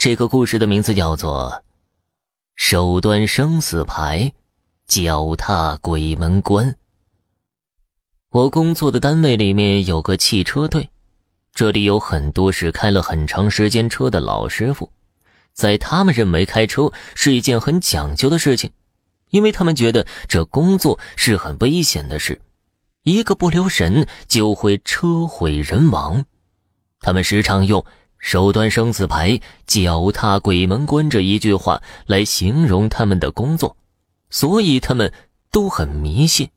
这个故事的名字叫做手端生死牌，脚踏鬼门关。我工作的单位里面有个汽车队，这里有很多是开了很长时间车的老师傅，在他们认为开车是一件很讲究的事情，因为他们觉得这工作是很危险的事，一个不留神就会车毁人亡。他们时常用手端生死牌，脚踏鬼门关这一句话来形容他们的工作，所以他们都很迷信。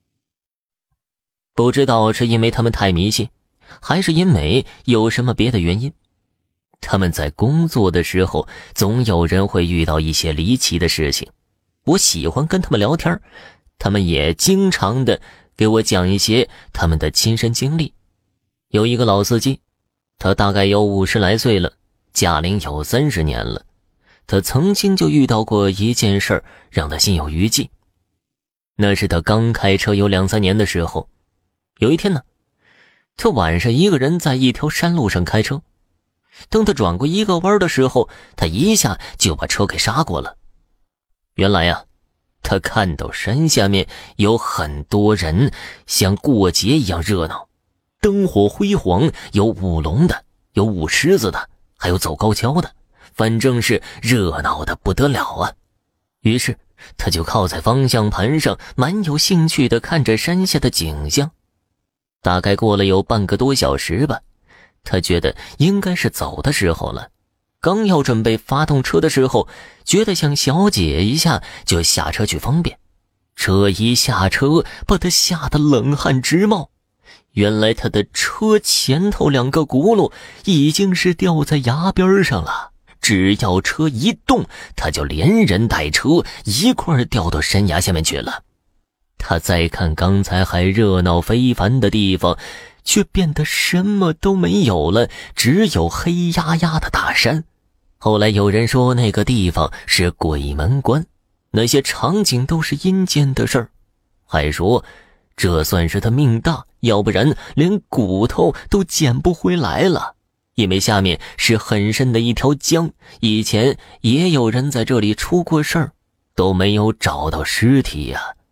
不知道是因为他们太迷信，还是因为有什么别的原因，他们在工作的时候总有人会遇到一些离奇的事情。我喜欢跟他们聊天，他们也经常的给我讲一些他们的亲身经历。有一个老司机，他大概有50来岁了，驾龄有30年了。他曾经就遇到过一件事儿，让他心有余悸。那是他刚开车有2-3年的时候，有一天呢，他晚上一个人在一条山路上开车，等他转过一个弯的时候，他一下就把车给刹过了。原来啊，他看到山下面有很多人像过节一样热闹，灯火辉煌，有舞龙的，有舞狮子的，还有走高跷的，反正是热闹的不得了啊。于是他就靠在方向盘上，蛮有兴趣地看着山下的景象。大概过了有半个多小时吧，他觉得应该是走的时候了，刚要准备发动车的时候，觉得想小解一下，就下车去方便。车一下车，把他吓得冷汗直冒。原来他的车前头2个轱辘已经是掉在崖边上了，只要车一动，他就连人带车一块掉到山崖下面去了。他再看刚才还热闹非凡的地方，却变得什么都没有了，只有黑压压的大山。后来有人说那个地方是鬼门关，那些场景都是阴间的事儿，还说这算是他命大，要不然连骨头都捡不回来了。因为下面是很深的一条江，以前也有人在这里出过事儿，都没有找到尸体呀。